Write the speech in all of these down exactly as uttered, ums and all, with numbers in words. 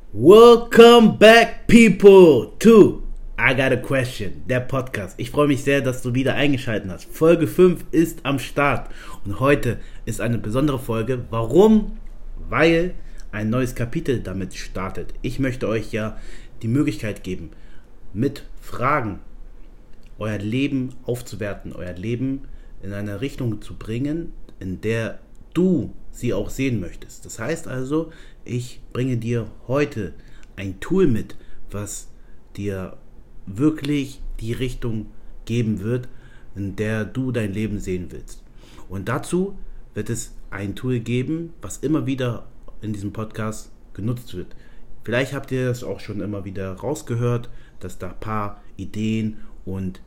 Welcome back, people, to I Got a Question, der Podcast. Ich freue mich sehr, dass du wieder eingeschaltet hast. Folge fünf ist am Start und heute ist eine besondere Folge. Warum? Weil ein neues Kapitel damit startet. Ich möchte euch ja die Möglichkeit geben, mit Fragen euer Leben aufzuwerten, euer Leben in eine Richtung zu bringen, in der du sie auch sehen möchtest. Das heißt also, ich bringe dir heute ein Tool mit, was dir wirklich die Richtung geben wird, in der du dein Leben sehen willst. Und dazu wird es ein Tool geben, was immer wieder in diesem Podcast genutzt wird. Vielleicht habt ihr das auch schon immer wieder rausgehört, dass da ein paar Ideen und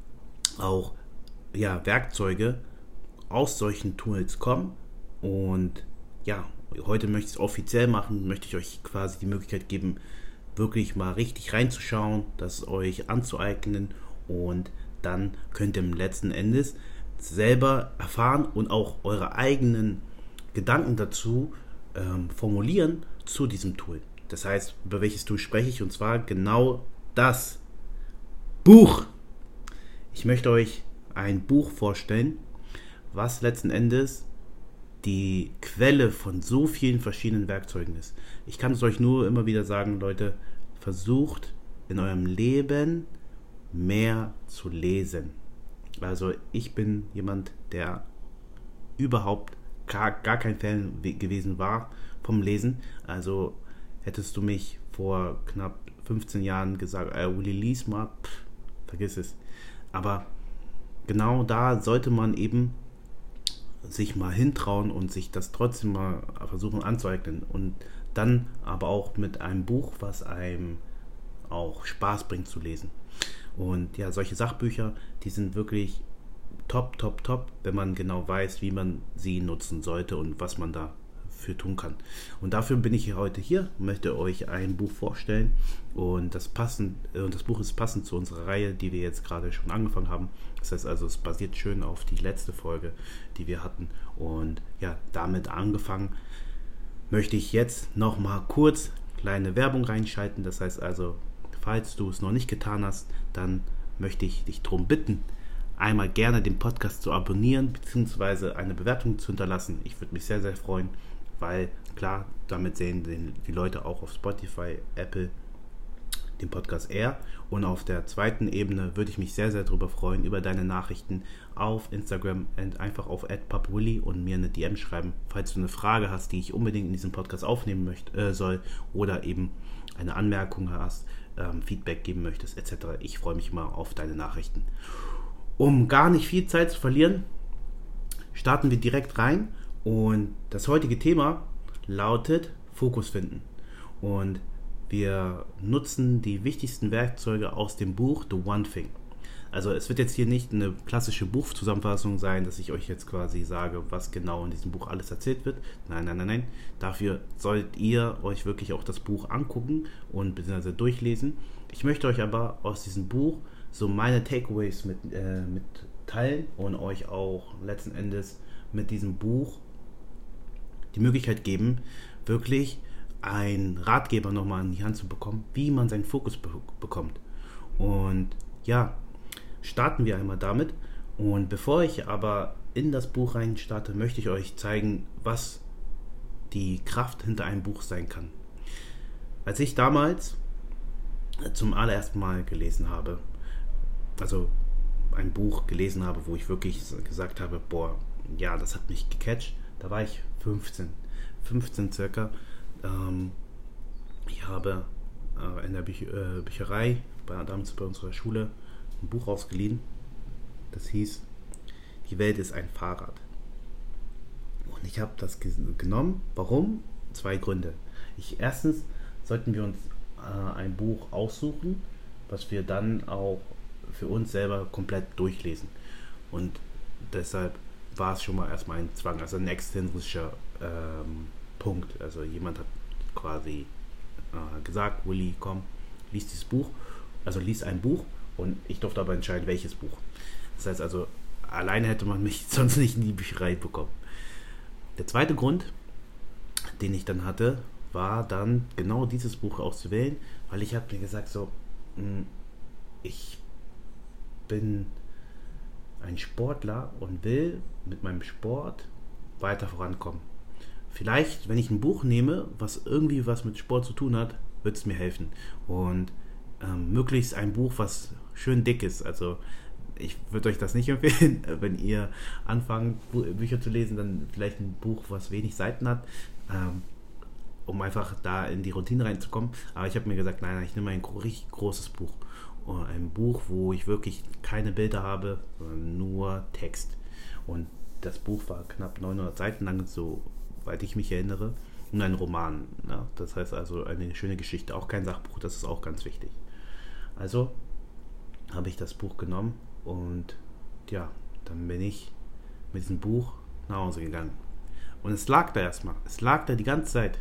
auch ja, Werkzeuge aus solchen Tools kommen. Und ja, heute möchte ich es offiziell machen, möchte ich euch quasi die Möglichkeit geben, wirklich mal richtig reinzuschauen, das euch anzueignen und dann könnt ihr im letzten Endes selber erfahren und auch eure eigenen Gedanken dazu ähm, formulieren zu diesem Tool. Das heißt, über welches Tool spreche ich, und zwar genau das Buch. Ich möchte euch ein Buch vorstellen, was letzten Endes die Quelle von so vielen verschiedenen Werkzeugen ist. Ich kann es euch nur immer wieder sagen, Leute, versucht in eurem Leben mehr zu lesen. Also ich bin jemand, der überhaupt gar, gar kein Fan gewesen war vom Lesen. Also hättest du mich vor knapp fünfzehn Jahren gesagt, äh, Willi, lies mal, pff, vergiss es. Aber genau da sollte man eben sich mal hintrauen und sich das trotzdem mal versuchen anzueignen. Und dann aber auch mit einem Buch, was einem auch Spaß bringt zu lesen. Und ja, solche Sachbücher, die sind wirklich top, top, top, wenn man genau weiß, wie man sie nutzen sollte und was man da für tun kann. Und dafür bin ich heute hier, möchte euch ein Buch vorstellen und das passend, und das Buch ist passend zu unserer Reihe, die wir jetzt gerade schon angefangen haben. Das heißt also, es basiert schön auf die letzte Folge, die wir hatten, und ja, damit angefangen möchte ich jetzt noch mal kurz kleine Werbung reinschalten. Das heißt also, falls du es noch nicht getan hast, dann möchte ich dich darum bitten, einmal gerne den Podcast zu abonnieren bzw. eine Bewertung zu hinterlassen. Ich würde mich sehr, sehr freuen, weil klar, damit sehen die Leute auch auf Spotify, Apple den Podcast eher. Und auf der zweiten Ebene würde ich mich sehr, sehr darüber freuen, über deine Nachrichten auf Instagram und einfach auf at papwilly und mir eine D M schreiben, falls du eine Frage hast, die ich unbedingt in diesem Podcast aufnehmen möchte, äh, soll, oder eben eine Anmerkung hast, ähm, Feedback geben möchtest, et cetera. Ich freue mich immer auf deine Nachrichten. Um gar nicht viel Zeit zu verlieren, starten wir direkt rein. Und das heutige Thema lautet Fokus finden. Und wir nutzen die wichtigsten Werkzeuge aus dem Buch The One Thing. Also es wird jetzt hier nicht eine klassische Buchzusammenfassung sein, dass ich euch jetzt quasi sage, was genau in diesem Buch alles erzählt wird. Nein, nein, nein, nein. Dafür sollt ihr euch wirklich auch das Buch angucken und beziehungsweise durchlesen. Ich möchte euch aber aus diesem Buch so meine Takeaways mit, äh, mit teilen und euch auch letzten Endes mit diesem Buch die Möglichkeit geben, wirklich einen Ratgeber nochmal in die Hand zu bekommen, wie man seinen Fokus be- bekommt. Und ja, starten wir einmal damit. Und bevor ich aber in das Buch rein starte, möchte ich euch zeigen, was die Kraft hinter einem Buch sein kann. Als ich damals zum allerersten Mal gelesen habe, also ein Buch gelesen habe, wo ich wirklich gesagt habe, boah, ja, das hat mich gecatcht, da war ich fünfzehn, fünfzehn circa. Ähm, ich habe äh, in der Büch- äh, Bücherei, bei, damals bei unserer Schule, ein Buch ausgeliehen, das hieß Die Welt ist ein Fahrrad. Und ich habe das ge- genommen. Warum? Zwei Gründe. Ich, erstens sollten wir uns äh, ein Buch aussuchen, was wir dann auch für uns selber komplett durchlesen. Und deshalb war es schon mal erstmal ein Zwang, also ein extrinsischer ähm, Punkt. Also jemand hat quasi äh, gesagt, Willi, komm, lies dieses Buch, also lies ein Buch, und ich durfte aber entscheiden, welches Buch. Das heißt also, alleine hätte man mich sonst nicht in die Bücherei bekommen. Der zweite Grund, den ich dann hatte, war dann genau dieses Buch auszuwählen, weil ich habe mir gesagt, so, mh, ich bin ein Sportler und will mit meinem Sport weiter vorankommen. Vielleicht, wenn ich ein Buch nehme, was irgendwie was mit Sport zu tun hat, wird es mir helfen. Und ähm, möglichst ein Buch, was schön dick ist. Also ich würde euch das nicht empfehlen, wenn ihr anfangt, Bü- Bücher zu lesen, dann vielleicht ein Buch, was wenig Seiten hat, ähm, um einfach da in die Routine reinzukommen. Aber ich habe mir gesagt, nein, nein, ich nehme ein gro- richtig großes Buch. Oder ein Buch, wo ich wirklich keine Bilder habe, sondern nur Text. Und das Buch war knapp neunhundert Seiten lang, soweit ich mich erinnere. Und ein Roman. Ne? Das heißt also eine schöne Geschichte, auch kein Sachbuch, das ist auch ganz wichtig. Also habe ich das Buch genommen und ja, dann bin ich mit diesem Buch nach Hause gegangen. Und es lag da erstmal. Es lag da die ganze Zeit.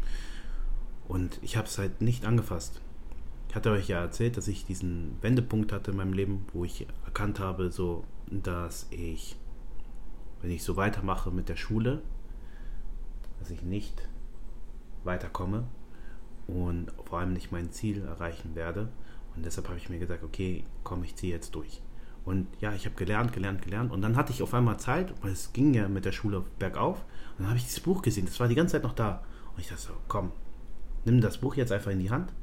Und ich habe es halt nicht angefasst. Ich hatte euch ja erzählt, dass ich diesen Wendepunkt hatte in meinem Leben, wo ich erkannt habe, so, dass ich, wenn ich so weitermache mit der Schule, dass ich nicht weiterkomme und vor allem nicht mein Ziel erreichen werde. Und deshalb habe ich mir gesagt, okay, komm, ich ziehe jetzt durch. Und ja, ich habe gelernt, gelernt, gelernt. Und dann hatte ich auf einmal Zeit, weil es ging ja mit der Schule bergauf. Und dann habe ich dieses Buch gesehen, das war die ganze Zeit noch da. Und ich dachte so, komm, nimm das Buch jetzt einfach in die Hand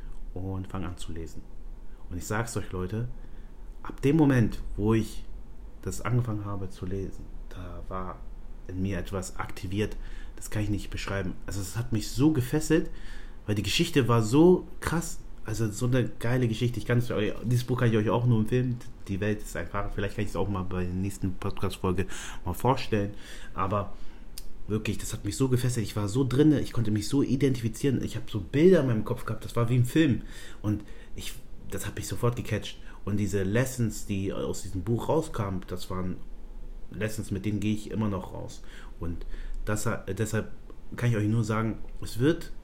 und fang an zu lesen. Und ich sag's euch, Leute, ab dem Moment, wo ich das angefangen habe zu lesen, da war in mir etwas aktiviert, das kann ich nicht beschreiben. Also es hat mich so gefesselt, weil die Geschichte war so krass, also so eine geile Geschichte. Ich kann es euch, dieses Buch kann ich euch auch nur empfehlen. Die Welt ist ein Fahrrad. Vielleicht kann ich es auch mal bei der nächsten Podcast-Folge mal vorstellen. Aber wirklich, das hat mich so gefesselt. Ich war so drin, ich konnte mich so identifizieren. Ich habe so Bilder in meinem Kopf gehabt. Das war wie ein Film. Und ich, das hat mich sofort gecatcht. Und diese Lessons, die aus diesem Buch rauskamen, das waren Lessons, mit denen gehe ich immer noch raus. Und das, deshalb kann ich euch nur sagen, es wird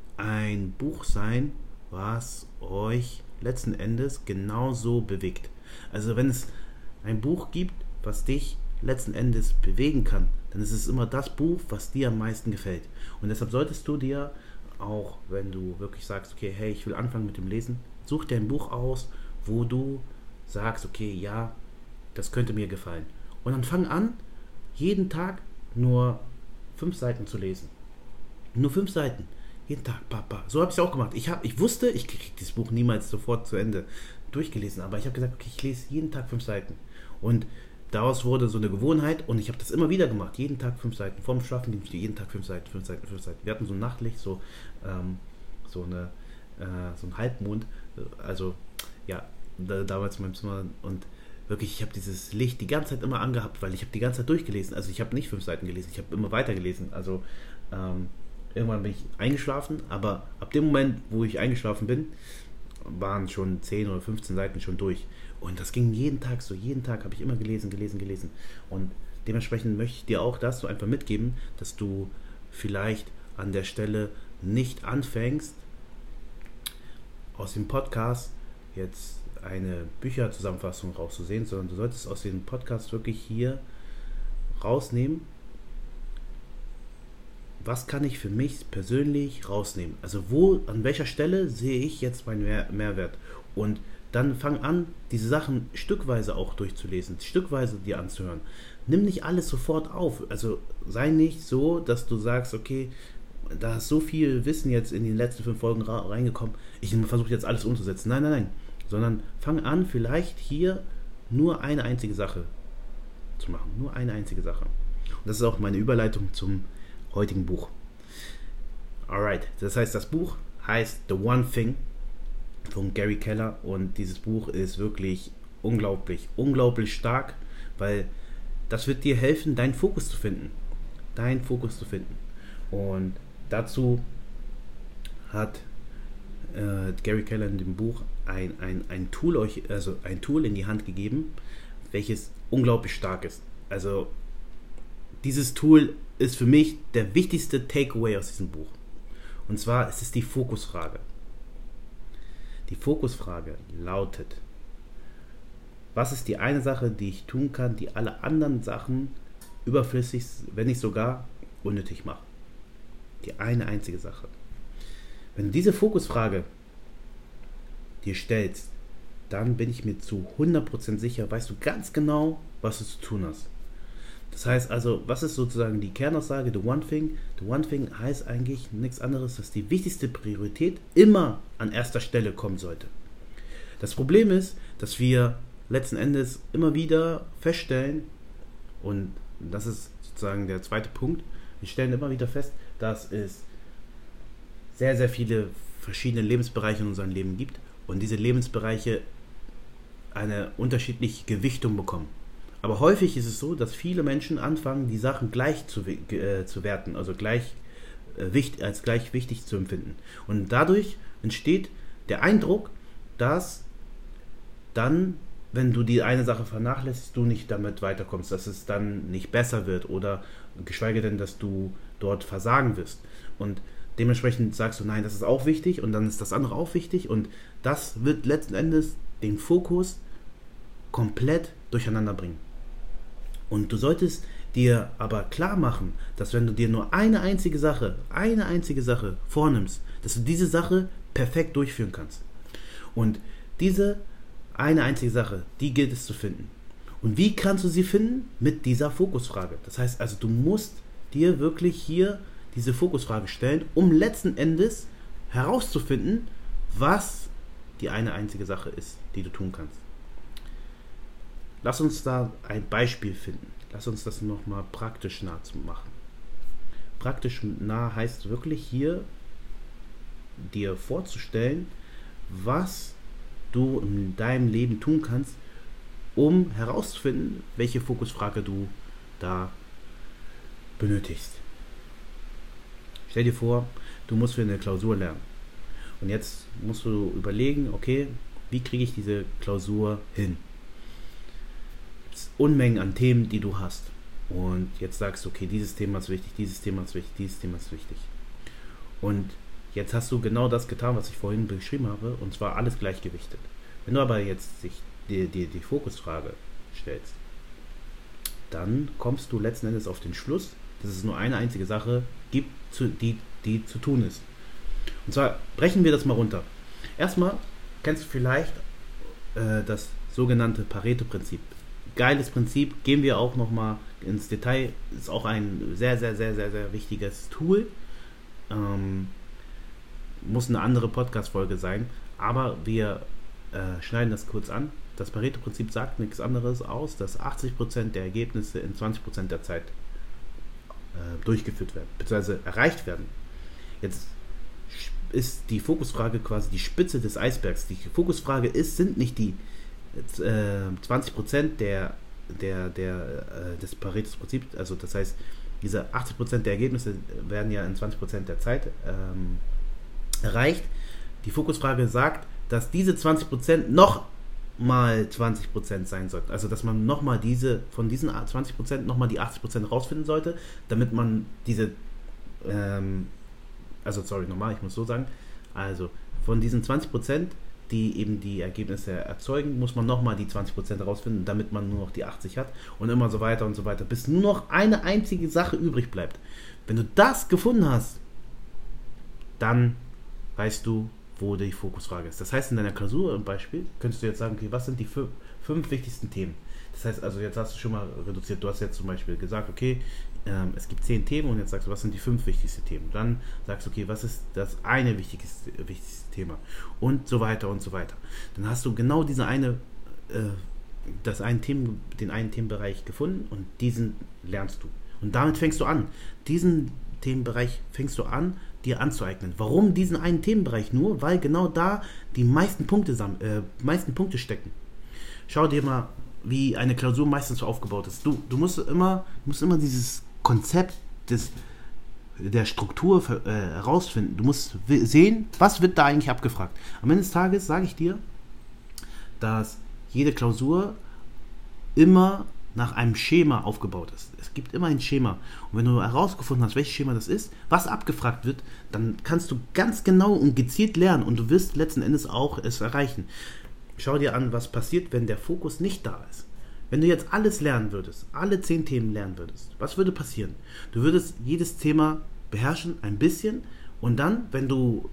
ein Buch sein, was euch letzten Endes genauso bewegt. Also wenn es ein Buch gibt, was dich letzten Endes bewegen kann, dann ist es immer das Buch, was dir am meisten gefällt. Und deshalb solltest du dir auch, wenn du wirklich sagst, okay, hey, ich will anfangen mit dem Lesen, such dir ein Buch aus, wo du sagst, okay, ja, das könnte mir gefallen. Und dann fang an, jeden Tag nur fünf Seiten zu lesen. Nur fünf Seiten. Jeden Tag, Papa. So habe ich es auch gemacht. Ich, hab, ich wusste, ich kriege dieses Buch niemals sofort zu Ende durchgelesen, aber ich habe gesagt, okay, ich lese jeden Tag fünf Seiten. Und daraus wurde so eine Gewohnheit und ich habe das immer wieder gemacht. Jeden Tag fünf Seiten. Vorm Schlafen ging ich jeden Tag fünf Seiten, fünf Seiten, fünf Seiten. Wir hatten so ein Nachtlicht, so, ähm, so, eine, äh, so ein Halbmond. Also, ja, da, damals in meinem Zimmer und wirklich, ich habe dieses Licht die ganze Zeit immer angehabt, weil ich habe die ganze Zeit durchgelesen. Also ich habe nicht fünf Seiten gelesen, ich habe immer weiter gelesen. Also, ähm, irgendwann bin ich eingeschlafen, aber ab dem Moment, wo ich eingeschlafen bin, waren schon zehn oder fünfzehn Seiten schon durch. Und das ging jeden Tag so, jeden Tag habe ich immer gelesen, gelesen, gelesen. Und dementsprechend möchte ich dir auch das so einfach mitgeben, dass du vielleicht an der Stelle nicht anfängst, aus dem Podcast jetzt eine Bücherzusammenfassung rauszusehen, sondern du solltest aus dem Podcast wirklich hier rausnehmen, was kann ich für mich persönlich rausnehmen? Also wo, an welcher Stelle sehe ich jetzt meinen Mehr- Mehrwert? Und dann fang an, diese Sachen stückweise auch durchzulesen, stückweise dir anzuhören. Nimm nicht alles sofort auf. Also sei nicht so, dass du sagst, okay, da ist so viel Wissen jetzt in den letzten fünf Folgen ra- reingekommen, ich versuche jetzt alles umzusetzen. Nein, nein, nein. Sondern fang an, vielleicht hier nur eine einzige Sache zu machen. Nur eine einzige Sache. Und das ist auch meine Überleitung zum heutigen Buch. Alright, das heißt, das Buch heißt The One Thing von Gary Keller und dieses Buch ist wirklich unglaublich, unglaublich stark, weil das wird dir helfen, deinen Fokus zu finden. Deinen Fokus zu finden. Und dazu hat äh, Gary Keller in dem Buch ein, ein, ein Tool euch, also ein Tool in die Hand gegeben, welches unglaublich stark ist. Also dieses Tool ist für mich der wichtigste Takeaway aus diesem Buch. Und zwar ist es die Fokusfrage. Die Fokusfrage lautet: Was ist die eine Sache, die ich tun kann, die alle anderen Sachen überflüssig, wenn nicht sogar unnötig macht? Die eine einzige Sache. Wenn du diese Fokusfrage dir stellst, dann bin ich mir zu hundert Prozent sicher, weißt du ganz genau, was du zu tun hast. Das heißt also, was ist sozusagen die Kernaussage, the one thing? The one thing heißt eigentlich nichts anderes, dass die wichtigste Priorität immer an erster Stelle kommen sollte. Das Problem ist, dass wir letzten Endes immer wieder feststellen, und das ist sozusagen der zweite Punkt, wir stellen immer wieder fest, dass es sehr, sehr viele verschiedene Lebensbereiche in unserem Leben gibt und diese Lebensbereiche eine unterschiedliche Gewichtung bekommen. Aber häufig ist es so, dass viele Menschen anfangen, die Sachen gleich zu, äh, zu werten, also gleich, äh, wichtig, als gleich wichtig zu empfinden. Und dadurch entsteht der Eindruck, dass dann, wenn du die eine Sache vernachlässigst, du nicht damit weiterkommst, dass es dann nicht besser wird oder geschweige denn, dass du dort versagen wirst. Und dementsprechend sagst du, nein, das ist auch wichtig und dann ist das andere auch wichtig und das wird letzten Endes den Fokus komplett durcheinander bringen. Und du solltest dir aber klar machen, dass wenn du dir nur eine einzige Sache, eine einzige Sache vornimmst, dass du diese Sache perfekt durchführen kannst. Und diese eine einzige Sache, die gilt es zu finden. Und wie kannst du sie finden? Mit dieser Fokusfrage. Das heißt also, du musst dir wirklich hier diese Fokusfrage stellen, um letzten Endes herauszufinden, was die eine einzige Sache ist, die du tun kannst. Lass uns da ein Beispiel finden. Lass uns das nochmal praktisch nah machen. Praktisch nah heißt wirklich hier, dir vorzustellen, was du in deinem Leben tun kannst, um herauszufinden, welche Fokusfrage du da benötigst. Stell dir vor, du musst für eine Klausur lernen. Und jetzt musst du überlegen, okay, wie kriege ich diese Klausur hin? Es gibt Unmengen an Themen, die du hast. Und jetzt sagst du, okay, dieses Thema ist wichtig, dieses Thema ist wichtig, dieses Thema ist wichtig. Und jetzt hast du genau das getan, was ich vorhin beschrieben habe, und zwar alles gleichgewichtet. Wenn du aber jetzt sich dir, dir die Fokusfrage stellst, dann kommst du letzten Endes auf den Schluss, dass es nur eine einzige Sache gibt, zu, die, die zu tun ist. Und zwar brechen wir das mal runter. Erstmal kennst du vielleicht äh, das sogenannte Pareto-Prinzip. Geiles Prinzip, gehen wir auch nochmal ins Detail. Ist auch ein sehr, sehr, sehr, sehr, sehr wichtiges Tool. Ähm, muss eine andere Podcast-Folge sein, aber wir äh, schneiden das kurz an. Das Pareto-Prinzip sagt nichts anderes aus, dass achtzig Prozent der Ergebnisse in zwanzig Prozent der Zeit äh, durchgeführt werden, beziehungsweise erreicht werden. Jetzt ist die Fokusfrage quasi die Spitze des Eisbergs. Die Fokusfrage ist, sind nicht die äh, zwanzig Prozent der, der, der, äh, des Pareto-Prinzips, also das heißt, diese achtzig Prozent der Ergebnisse werden ja in zwanzig Prozent der Zeit ähm, erreicht. Die Fokusfrage sagt, dass diese zwanzig Prozent noch mal zwanzig Prozent sein sollten. Also dass man nochmal diese, von diesen zwanzig Prozent nochmal die achtzig Prozent rausfinden sollte, damit man diese, ähm, also sorry, nochmal, ich muss so sagen, also von diesen zwanzig Prozent, die eben die Ergebnisse erzeugen, muss man nochmal die zwanzig Prozent rausfinden, damit man nur noch die achtzig hat und immer so weiter und so weiter, bis nur noch eine einzige Sache übrig bleibt. Wenn du das gefunden hast, dann weißt du, wo die Fokusfrage ist. Das heißt, in deiner Klausur im Beispiel könntest du jetzt sagen, okay, was sind die fünf, fünf wichtigsten Themen? Das heißt, also jetzt hast du schon mal reduziert, du hast jetzt zum Beispiel gesagt, okay, ähm, es gibt zehn Themen und jetzt sagst du, was sind die fünf wichtigsten Themen? Dann sagst du, okay, was ist das eine wichtigste, wichtigste Thema? Und so weiter und so weiter. Dann hast du genau diese eine, äh, das einen Themen, den einen Themenbereich gefunden und diesen lernst du. Und damit fängst du an. Diesen Themenbereich fängst du an, dir anzueignen. Warum diesen einen Themenbereich nur? Weil genau da die meisten Punkte, äh, meisten Punkte stecken. Schau dir mal, wie eine Klausur meistens so aufgebaut ist. Du, du musst immer, musst immer dieses Konzept des, der Struktur äh, herausfinden. Du musst sehen, was wird da eigentlich abgefragt. Am Ende des Tages sage ich dir, dass jede Klausur immer nach einem Schema aufgebaut ist. Es gibt immer ein Schema. Und wenn du herausgefunden hast, welches Schema das ist, was abgefragt wird, dann kannst du ganz genau und gezielt lernen und du wirst letzten Endes auch es erreichen. Schau dir an, was passiert, wenn der Fokus nicht da ist. Wenn du jetzt alles lernen würdest, alle zehn Themen lernen würdest, was würde passieren? Du würdest jedes Thema beherrschen, ein bisschen, und dann, wenn du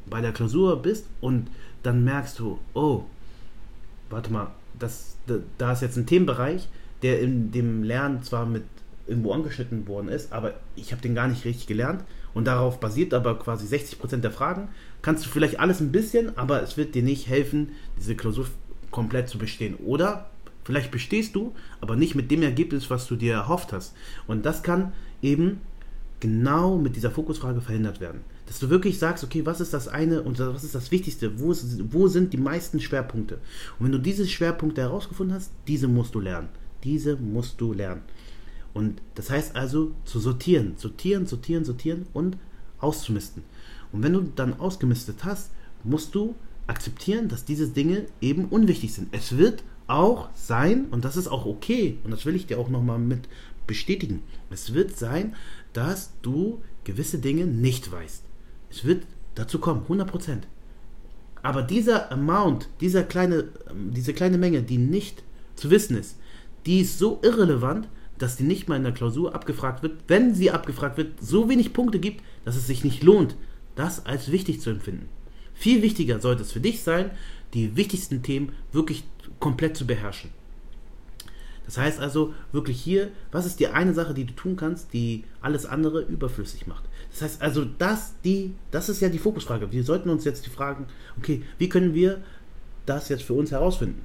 bei der Klausur bist und dann merkst du, oh, warte mal, das, da, da ist jetzt ein Themenbereich, der in dem Lernen zwar mit irgendwo angeschnitten worden ist, aber ich habe den gar nicht richtig gelernt und darauf basiert aber quasi sechzig Prozent der Fragen, kannst du vielleicht alles ein bisschen, aber es wird dir nicht helfen, diese Klausur komplett zu bestehen. Oder vielleicht bestehst du, aber nicht mit dem Ergebnis, was du dir erhofft hast. Und das kann eben genau mit dieser Fokusfrage verhindert werden. Dass du wirklich sagst, okay, was ist das eine und was ist das Wichtigste? Wo, ist, wo sind die meisten Schwerpunkte? Und wenn du diese Schwerpunkte herausgefunden hast, diese musst du lernen. Diese musst du lernen. Und das heißt also, zu sortieren, sortieren, sortieren, sortieren und auszumisten. Und wenn du dann ausgemistet hast, musst du akzeptieren, dass diese Dinge eben unwichtig sind. Es wird auch sein, und das ist auch okay, und das will ich dir auch nochmal mit bestätigen, es wird sein, dass du gewisse Dinge nicht weißt. Es wird dazu kommen, hundert Prozent. Aber dieser Amount, dieser kleine, diese kleine Menge, die nicht zu wissen ist, die ist so irrelevant, dass die nicht mal in der Klausur abgefragt wird, wenn sie abgefragt wird, so wenig Punkte gibt, dass es sich nicht lohnt, das als wichtig zu empfinden. Viel wichtiger sollte es für dich sein, die wichtigsten Themen wirklich komplett zu beherrschen. Das heißt also wirklich hier, was ist die eine Sache, die du tun kannst, die alles andere überflüssig macht. Das heißt also, das, die, das ist ja die Fokusfrage. Wir sollten uns jetzt die Fragen, okay, wie können wir das jetzt für uns herausfinden?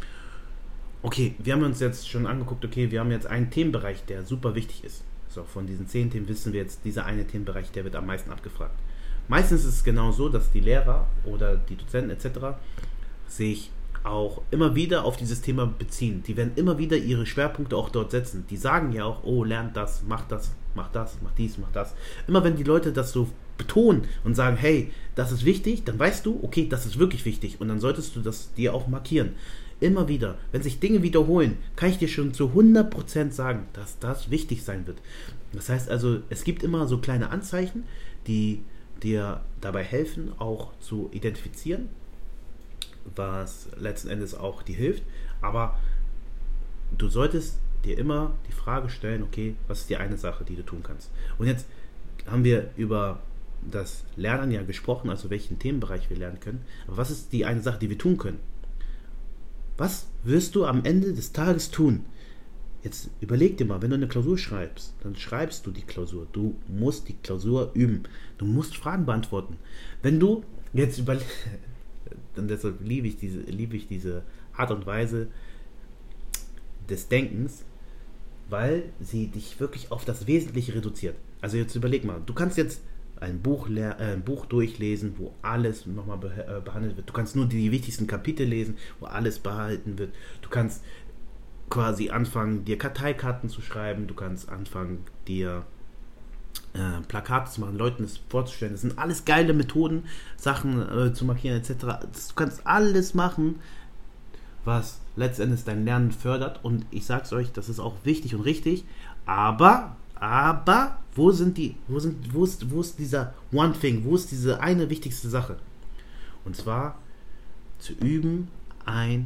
Okay, wir haben uns jetzt schon angeguckt, okay, wir haben jetzt einen Themenbereich, der super wichtig ist. So, von diesen zehn Themen wissen wir jetzt, dieser eine Themenbereich, der wird am meisten abgefragt. Meistens ist es genau so, dass die Lehrer oder die Dozenten et cetera sich auch immer wieder auf dieses Thema beziehen. Die werden immer wieder ihre Schwerpunkte auch dort setzen. Die sagen ja auch, oh, lernt das, macht das, macht das, macht dies, macht das. Immer wenn die Leute das so betonen und sagen, hey, das ist wichtig, dann weißt du, okay, das ist wirklich wichtig und dann solltest du das dir auch markieren. Immer wieder, wenn sich Dinge wiederholen, kann ich dir schon zu hundert Prozent sagen, dass das wichtig sein wird. Das heißt also, es gibt immer so kleine Anzeichen, die dir dabei helfen, auch zu identifizieren, was letzten Endes auch dir hilft. Aber du solltest dir immer die Frage stellen, okay, was ist die eine Sache, die du tun kannst? Und jetzt haben wir über das Lernen ja gesprochen, also welchen Themenbereich wir lernen können. Aber was ist die eine Sache, die wir tun können? Was wirst du am Ende des Tages tun? Jetzt überleg dir mal, wenn du eine Klausur schreibst, dann schreibst du die Klausur. Du musst die Klausur üben. Du musst Fragen beantworten. Wenn du jetzt überlegst, dann deshalb liebe ich diese, liebe ich diese Art und Weise des Denkens, weil sie dich wirklich auf das Wesentliche reduziert. Also jetzt überleg mal, du kannst jetzt ein Buch, lehr, äh, ein Buch durchlesen, wo alles nochmal be- äh, behandelt wird. Du kannst nur die wichtigsten Kapitel lesen, wo alles behalten wird. Du kannst quasi anfangen, dir Karteikarten zu schreiben. Du kannst anfangen, dir äh, Plakate zu machen, Leuten es vorzustellen. Das sind alles geile Methoden, Sachen äh, zu markieren et cetera. Das, du kannst alles machen, was letztendlich dein Lernen fördert. Und ich sag's euch, das ist auch wichtig und richtig. Aber Aber wo sind die, wo sind, wo ist, wo ist dieser One Thing, wo ist diese eine wichtigste Sache? Und zwar zu üben, ein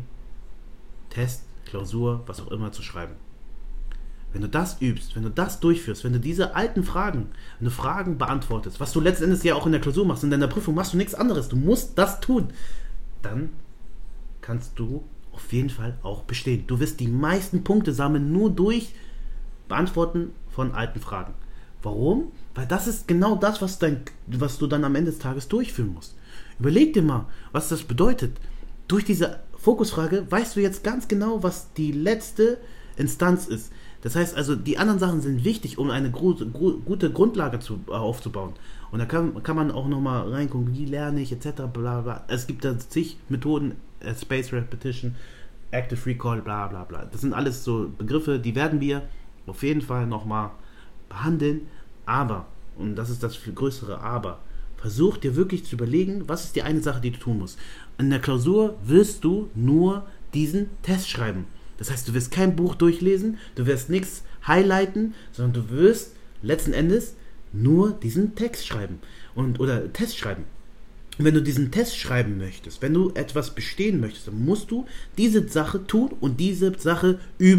Test, Klausur, was auch immer zu schreiben. Wenn du das übst, wenn du das durchführst, wenn du diese alten Fragen, wenn du Fragen beantwortest, was du letztendlich ja auch in der Klausur machst, in deiner Prüfung machst du nichts anderes, du musst das tun, dann kannst du auf jeden Fall auch bestehen. Du wirst die meisten Punkte sammeln, nur durch Beantworten von alten Fragen. Warum? Weil das ist genau das, was, dein, was du dann am Ende des Tages durchführen musst. Überleg dir mal, was das bedeutet. Durch diese Fokusfrage weißt du jetzt ganz genau, was die letzte Instanz ist. Das heißt also, die anderen Sachen sind wichtig, um eine gro- gro- gute Grundlage zu, äh, aufzubauen. Und da kann, kann man auch nochmal reingucken, wie lerne ich et cetera. Bla bla. Es gibt da zig Methoden, äh, Spaced Repetition, Active Recall, bla bla bla. Das sind alles so Begriffe, die werden wir auf jeden Fall nochmal behandeln, aber, und das ist das viel größere Aber, versuch dir wirklich zu überlegen, was ist die eine Sache, die du tun musst. In der Klausur wirst du nur diesen Test schreiben. Das heißt, du wirst kein Buch durchlesen, du wirst nichts highlighten, sondern du wirst letzten Endes nur diesen Text schreiben und, oder Test schreiben. Und wenn du diesen Test schreiben möchtest, wenn du etwas bestehen möchtest, dann musst du diese Sache tun und diese Sache üben,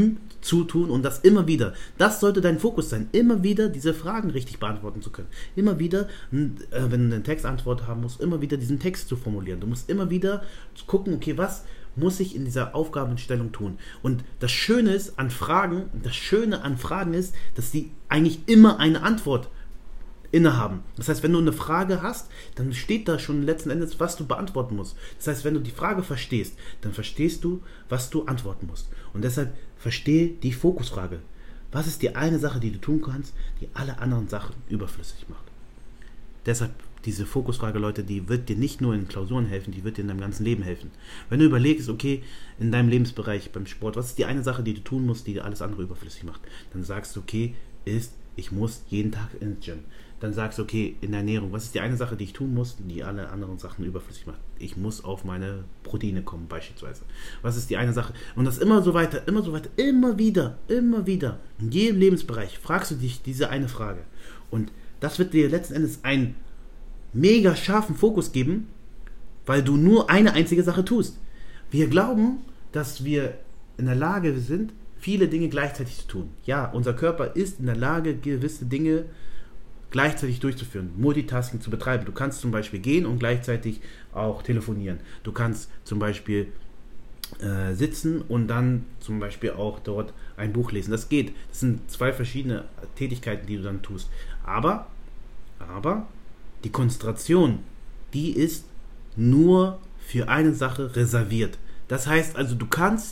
zu tun und das immer wieder. Das sollte dein Fokus sein, immer wieder diese Fragen richtig beantworten zu können. Immer wieder, äh, wenn du eine Textantwort haben musst, immer wieder diesen Text zu formulieren. Du musst immer wieder gucken, okay, was muss ich in dieser Aufgabenstellung tun? Und das Schöne ist an Fragen, das Schöne an Fragen ist, dass die eigentlich immer eine Antwort innehaben. Das heißt, wenn du eine Frage hast, dann steht da schon letzten Endes, was du beantworten musst. Das heißt, wenn du die Frage verstehst, dann verstehst du, was du antworten musst. Und deshalb verstehe die Fokusfrage. Was ist die eine Sache, die du tun kannst, die alle anderen Sachen überflüssig macht? Deshalb diese Fokusfrage, Leute, die wird dir nicht nur in Klausuren helfen, die wird dir in deinem ganzen Leben helfen. Wenn du überlegst, okay, in deinem Lebensbereich, beim Sport, was ist die eine Sache, die du tun musst, die alles andere überflüssig macht? Dann sagst du, okay, ist, ich muss jeden Tag ins Gym. Dann sagst du, okay, in der Ernährung, was ist die eine Sache, die ich tun muss, die alle anderen Sachen überflüssig macht? Ich muss auf meine Proteine kommen, beispielsweise. Was ist die eine Sache? Und das immer so weiter, immer so weiter, immer wieder, immer wieder. In jedem Lebensbereich fragst du dich diese eine Frage. Und das wird dir letzten Endes einen mega scharfen Fokus geben, weil du nur eine einzige Sache tust. Wir glauben, dass wir in der Lage sind, viele Dinge gleichzeitig zu tun. Ja, unser Körper ist in der Lage, gewisse Dinge gleichzeitig durchzuführen, Multitasking zu betreiben. Du kannst zum Beispiel gehen und gleichzeitig auch telefonieren. Du kannst zum Beispiel äh, sitzen und dann zum Beispiel auch dort ein Buch lesen. Das geht. Das sind zwei verschiedene Tätigkeiten, die du dann tust. Aber, aber die Konzentration, die ist nur für eine Sache reserviert. Das heißt also, du kannst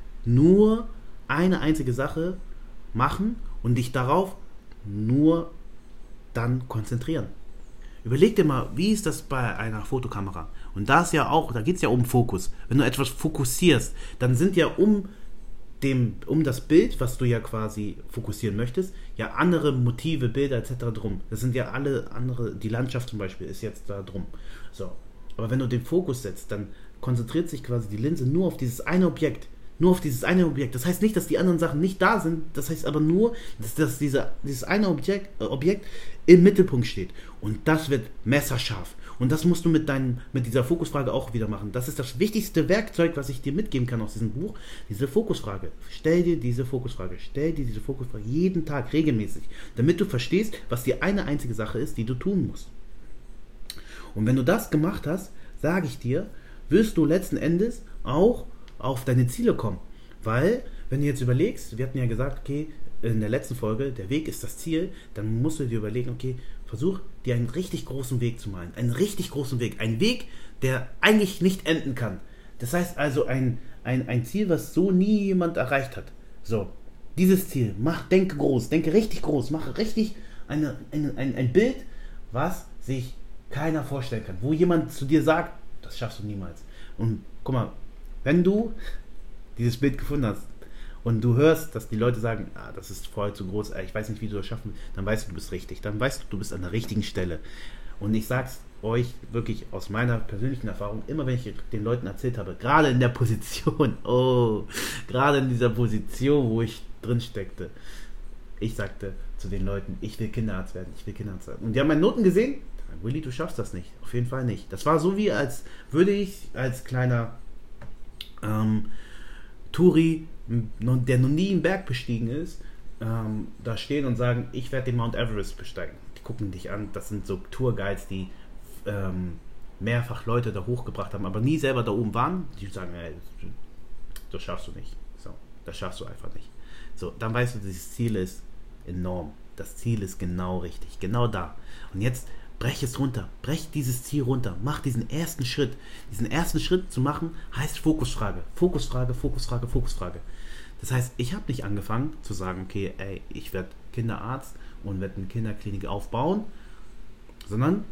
nur eine einzige Sache machen und dich darauf nur dann konzentrieren. Überleg dir mal, wie ist das bei einer Fotokamera? Und da ist ja auch, da geht es ja um Fokus. Wenn du etwas fokussierst, dann sind ja um dem, um das Bild, was du ja quasi fokussieren möchtest, ja andere Motive, Bilder et cetera drum. Das sind ja alle andere, die Landschaft zum Beispiel ist jetzt da drum. So. Aber wenn du den Fokus setzt, dann konzentriert sich quasi die Linse nur auf dieses eine Objekt. Nur auf dieses eine Objekt. Das heißt nicht, dass die anderen Sachen nicht da sind. Das heißt aber nur, dass, dass diese, dieses eine Objekt, äh, Objekt im Mittelpunkt steht. Und das wird messerscharf. Und das musst du mit, deinem, mit dieser Fokusfrage auch wieder machen. Das ist das wichtigste Werkzeug, was ich dir mitgeben kann aus diesem Buch. Diese Fokusfrage. Stell dir diese Fokusfrage. Stell dir diese Fokusfrage jeden Tag regelmäßig. Damit du verstehst, was die eine einzige Sache ist, die du tun musst. Und wenn du das gemacht hast, sage ich dir, wirst du letzten Endes auch auf deine Ziele kommen. Weil, wenn du jetzt überlegst, wir hatten ja gesagt, okay, in der letzten Folge, der Weg ist das Ziel, dann musst du dir überlegen, okay, versuch dir einen richtig großen Weg zu malen. Einen richtig großen Weg. Ein Weg, der eigentlich nicht enden kann. Das heißt also ein, ein, ein Ziel, was so nie jemand erreicht hat. So, dieses Ziel, mach, denke groß, denke richtig groß, mach richtig eine, eine, ein, ein Bild, was sich keiner vorstellen kann. Wo jemand zu dir sagt, das schaffst du niemals. Und guck mal, wenn du dieses Bild gefunden hast und du hörst, dass die Leute sagen, ah, das ist voll zu groß, ich weiß nicht, wie du das schaffen willst, dann weißt du, du bist richtig. Dann weißt du, du bist an der richtigen Stelle. Und ich sag's euch wirklich aus meiner persönlichen Erfahrung, immer wenn ich den Leuten erzählt habe, gerade in der Position, oh, gerade in dieser Position, wo ich drin steckte, ich sagte zu den Leuten, ich will Kinderarzt werden, ich will Kinderarzt werden. Und die haben meine Noten gesehen, Willi, du schaffst das nicht, auf jeden Fall nicht. Das war so wie, als würde ich als kleiner Ähm, Touri, der noch nie einen Berg bestiegen ist, ähm, da stehen und sagen, ich werde den Mount Everest besteigen. Die gucken dich an, das sind so Tourguides, die ähm, mehrfach Leute da hochgebracht haben, aber nie selber da oben waren. Die sagen, ey, das schaffst du nicht. So, das schaffst du einfach nicht. So, dann weißt du, dieses Ziel ist enorm. Das Ziel ist genau richtig, genau da. Und jetzt brech es runter, brech dieses Ziel runter, mach diesen ersten Schritt. Diesen ersten Schritt zu machen, heißt Fokusfrage. Fokusfrage, Fokusfrage, Fokusfrage. Das heißt, ich habe nicht angefangen zu sagen, okay, ey, ich werde Kinderarzt und werde eine Kinderklinik aufbauen, sondern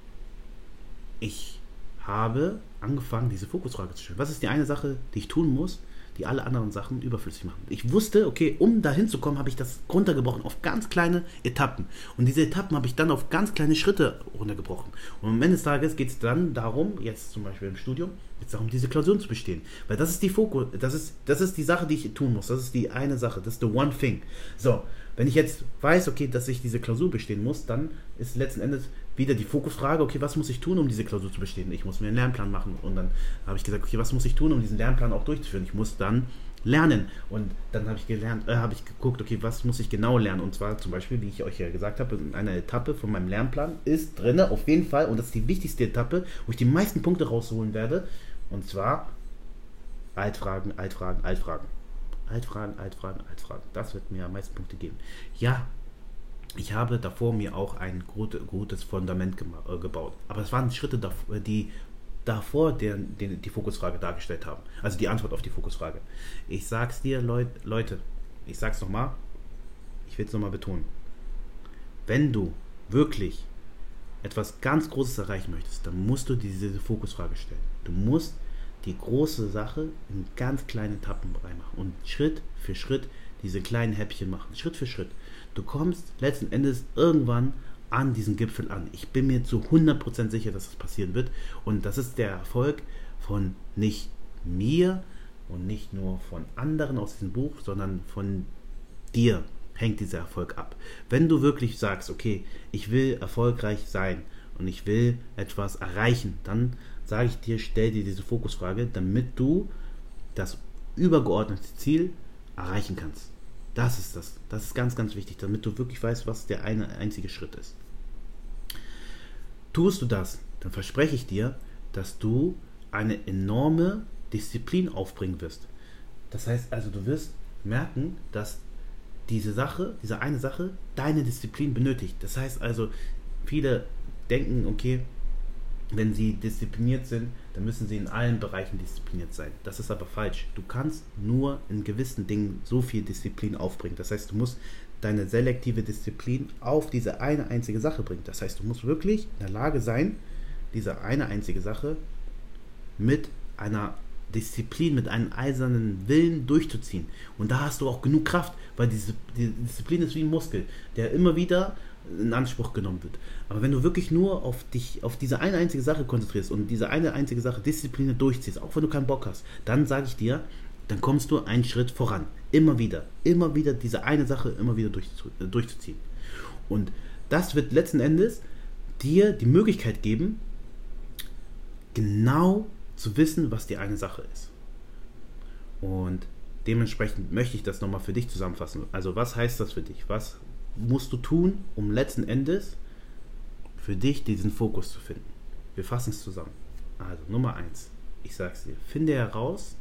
ich habe angefangen, diese Fokusfrage zu stellen. Was ist die eine Sache, die ich tun muss, die alle anderen Sachen überflüssig machen? Ich wusste, okay, um dahin zu kommen, habe ich das runtergebrochen auf ganz kleine Etappen. Und diese Etappen habe ich dann auf ganz kleine Schritte runtergebrochen. Und am Ende des Tages geht es dann darum, jetzt zum Beispiel im Studium, jetzt darum, diese Klausuren zu bestehen. Weil das ist die Fokus, das ist, das ist die Sache, die ich tun muss. Das ist die eine Sache, das ist the one thing. So, wenn ich jetzt weiß, okay, dass ich diese Klausur bestehen muss, dann ist letzten Endes wieder die Fokusfrage, okay, was muss ich tun, um diese Klausur zu bestehen? Ich muss mir einen Lernplan machen und dann habe ich gesagt, okay, was muss ich tun, um diesen Lernplan auch durchzuführen? Ich muss dann lernen. Und dann habe ich gelernt, äh, habe ich geguckt, okay, was muss ich genau lernen? Und zwar zum Beispiel, wie ich euch ja gesagt habe, in einer Etappe von meinem Lernplan ist drin, auf jeden Fall, und das ist die wichtigste Etappe, wo ich die meisten Punkte rausholen werde, und zwar Altfragen, Altfragen, Altfragen. Altfragen, Altfragen, Altfragen. Das wird mir am meisten Punkte geben. Ja, ich habe davor mir auch ein gutes Fundament gebaut. Aber es waren Schritte, die davor den, den, die Fokusfrage dargestellt haben. Also die Antwort auf die Fokusfrage. Ich sag's dir, Leut, Leute, ich sag's nochmal, ich will es nochmal betonen. Wenn du wirklich etwas ganz Großes erreichen möchtest, dann musst du diese Fokusfrage stellen. Du musst die große Sache in ganz kleine Etappen reinmachen und Schritt für Schritt diese kleinen Häppchen machen. Schritt für Schritt. Du kommst letzten Endes irgendwann an diesen Gipfel an. Ich bin mir zu hundert Prozent sicher, dass das passieren wird. Und das ist der Erfolg von nicht mir und nicht nur von anderen aus diesem Buch, sondern von dir hängt dieser Erfolg ab. Wenn du wirklich sagst, okay, ich will erfolgreich sein und ich will etwas erreichen, dann sage ich dir, stell dir diese Fokusfrage, damit du das übergeordnete Ziel erreichen kannst. Das ist das. Das ist ganz, ganz wichtig, damit du wirklich weißt, was der eine einzige Schritt ist. Tust du das, dann verspreche ich dir, dass du eine enorme Disziplin aufbringen wirst. Das heißt also, du wirst merken, dass diese Sache, diese eine Sache, deine Disziplin benötigt. Das heißt also, viele denken, okay, wenn sie diszipliniert sind, dann müssen sie in allen Bereichen diszipliniert sein. Das ist aber falsch. Du kannst nur in gewissen Dingen so viel Disziplin aufbringen. Das heißt, du musst deine selektive Disziplin auf diese eine einzige Sache bringen. Das heißt, du musst wirklich in der Lage sein, diese eine einzige Sache mit einer Disziplin, mit einem eisernen Willen durchzuziehen. Und da hast du auch genug Kraft, weil diese die Disziplin ist wie ein Muskel, der immer wieder in Anspruch genommen wird. Aber wenn du wirklich nur auf dich, auf diese eine einzige Sache konzentrierst und diese eine einzige Sache diszipliniert durchziehst, auch wenn du keinen Bock hast, dann sage ich dir, dann kommst du einen Schritt voran. Immer wieder, immer wieder diese eine Sache immer wieder durch, durchzuziehen. Und das wird letzten Endes dir die Möglichkeit geben, genau zu wissen, was die eine Sache ist. Und dementsprechend möchte ich das nochmal für dich zusammenfassen. Also was heißt das für dich? Was musst du tun, um letzten Endes für dich diesen Fokus zu finden? Wir fassen es zusammen. Also Nummer eins, ich sag's dir, finde heraus,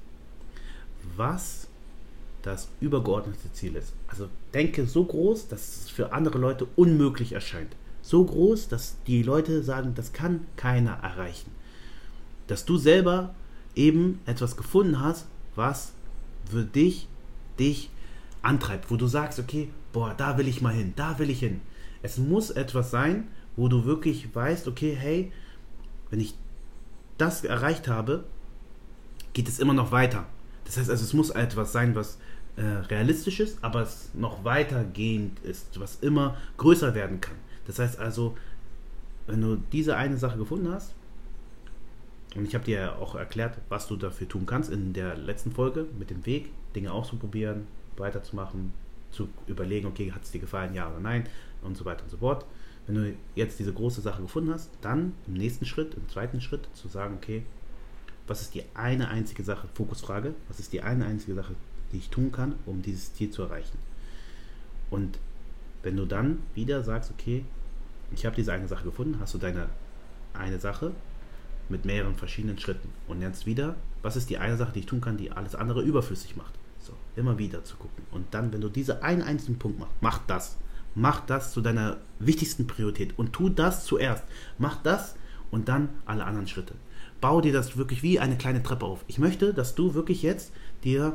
was das übergeordnete Ziel ist. Also denke so groß, dass es für andere Leute unmöglich erscheint. So groß, dass die Leute sagen, das kann keiner erreichen. Dass du selber eben etwas gefunden hast, was für dich, dich antreibt, wo du sagst, okay, boah, da will ich mal hin, da will ich hin. Es muss etwas sein, wo du wirklich weißt, okay, hey, wenn ich das erreicht habe, geht es immer noch weiter. Das heißt also, es muss etwas sein, was äh, realistisch ist, aber es noch weitergehend ist, was immer größer werden kann. Das heißt also, wenn du diese eine Sache gefunden hast, und ich habe dir ja auch erklärt, was du dafür tun kannst in der letzten Folge mit dem Weg, Dinge auszuprobieren, weiterzumachen, zu überlegen, okay, hat es dir gefallen, ja oder nein und so weiter und so fort. Wenn du jetzt diese große Sache gefunden hast, dann im nächsten Schritt, im zweiten Schritt zu sagen, okay, was ist die eine einzige Sache, Fokusfrage, was ist die eine einzige Sache, die ich tun kann, um dieses Ziel zu erreichen. Und wenn du dann wieder sagst, okay, ich habe diese eine Sache gefunden, hast du deine eine Sache mit mehreren verschiedenen Schritten und lernst wieder, was ist die eine Sache, die ich tun kann, die alles andere überflüssig macht. So, immer wieder zu gucken. Und dann, wenn du diese einen einzigen Punkt machst, mach das. Mach das zu deiner wichtigsten Priorität und tu das zuerst. Mach das und dann alle anderen Schritte. Bau dir das wirklich wie eine kleine Treppe auf. Ich möchte, dass du wirklich jetzt dir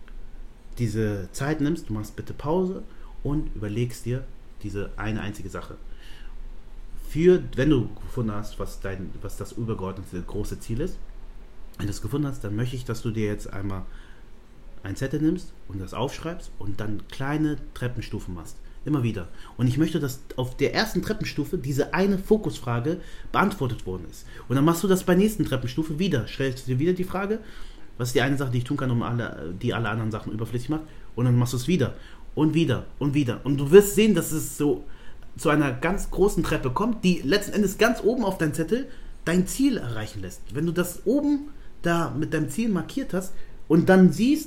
diese Zeit nimmst, du machst bitte Pause und überlegst dir diese eine einzige Sache. Für, wenn du gefunden hast, was, dein, was das übergeordnete große Ziel ist, wenn du es gefunden hast, dann möchte ich, dass du dir jetzt einmal ein Zettel nimmst und das aufschreibst und dann kleine Treppenstufen machst. Immer wieder. Und ich möchte, dass auf der ersten Treppenstufe diese eine Fokusfrage beantwortet worden ist. Und dann machst du das bei der nächsten Treppenstufe wieder. Stellst du dir wieder die Frage, was ist die eine Sache, die ich tun kann, um alle, die alle anderen Sachen überflüssig macht. Und dann machst du es wieder. Und wieder. Und wieder. Und du wirst sehen, dass es so zu einer ganz großen Treppe kommt, die letzten Endes ganz oben auf deinem Zettel dein Ziel erreichen lässt. Wenn du das oben da mit deinem Ziel markiert hast und dann siehst,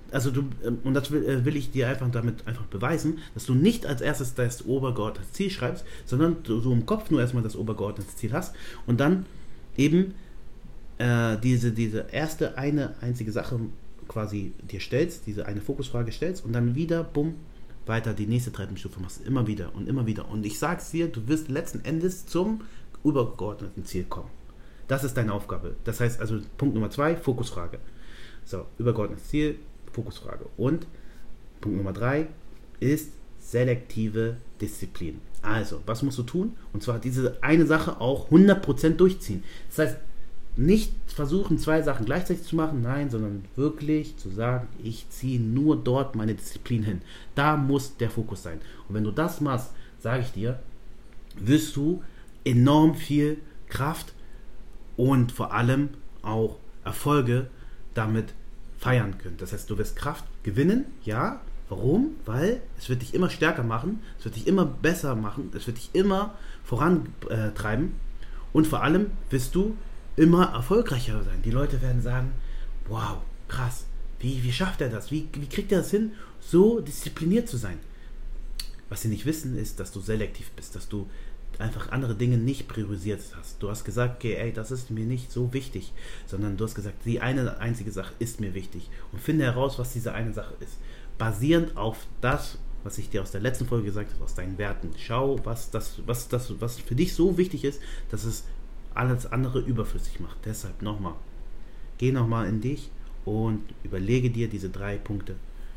also du, und das will, will ich dir einfach damit einfach beweisen, dass du nicht als erstes das obergeordnete Ziel schreibst, sondern du so im Kopf nur erstmal das obergeordnete Ziel hast und dann eben äh, diese, diese erste eine einzige Sache quasi dir stellst, diese eine Fokusfrage stellst und dann wieder, bumm, weiter die nächste Treppenstufe machst, immer wieder und immer wieder. Und ich sag's dir, du wirst letzten Endes zum übergeordneten Ziel kommen. Das ist deine Aufgabe. Das heißt also, Punkt Nummer zwei, Fokusfrage. So, übergeordnetes Ziel, Fokusfrage. Und Punkt Nummer drei ist selektive Disziplin. Also, was musst du tun? Und zwar diese eine Sache auch hundert Prozent durchziehen. Das heißt, nicht versuchen, zwei Sachen gleichzeitig zu machen, nein, sondern wirklich zu sagen, ich ziehe nur dort meine Disziplin hin. Da muss der Fokus sein. Und wenn du das machst, sage ich dir, wirst du enorm viel Kraft und vor allem auch Erfolge damit feiern können. Das heißt, du wirst Kraft gewinnen, ja. Warum? Weil es wird dich immer stärker machen, es wird dich immer besser machen, es wird dich immer vorantreiben und vor allem wirst du immer erfolgreicher sein. Die Leute werden sagen, wow, krass, wie, wie schafft er das? Wie, wie kriegt er das hin, so diszipliniert zu sein? Was sie nicht wissen, ist, dass du selektiv bist, dass du einfach andere Dinge nicht priorisiert hast. Du hast gesagt, okay, ey, das ist mir nicht so wichtig, sondern du hast gesagt, die eine einzige Sache ist mir wichtig und finde heraus, was diese eine Sache ist. Basierend auf das, was ich dir aus der letzten Folge gesagt habe, aus deinen Werten. Schau, was das, was das, was für dich so wichtig ist, dass es alles andere überflüssig macht. Deshalb nochmal, geh nochmal in dich und überlege dir diese drei Punkte.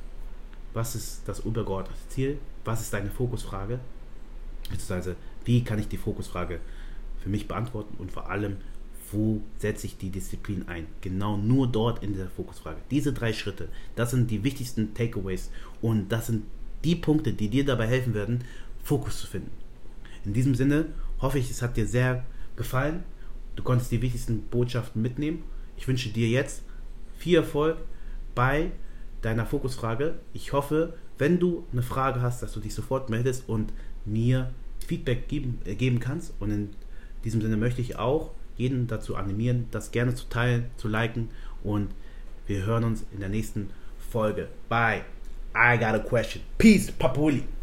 Was ist das übergeordnete Ziel? Was ist deine Fokusfrage? Beziehungsweise, wie kann ich die Fokusfrage für mich beantworten? Und vor allem, wo setze ich die Disziplin ein? Genau nur dort in der Fokusfrage. Diese drei Schritte, das sind die wichtigsten Takeaways und das sind die Punkte, die dir dabei helfen werden, Fokus zu finden. In diesem Sinne hoffe ich, es hat dir sehr gefallen. Du konntest die wichtigsten Botschaften mitnehmen. Ich wünsche dir jetzt viel Erfolg bei deiner Fokusfrage. Ich hoffe, wenn du eine Frage hast, dass du dich sofort meldest und mir Feedback geben, äh, geben kannst. Und in diesem Sinne möchte ich auch jeden dazu animieren, das gerne zu teilen, zu liken. Und wir hören uns in der nächsten Folge. Bye. I got a question. Peace, Papuli.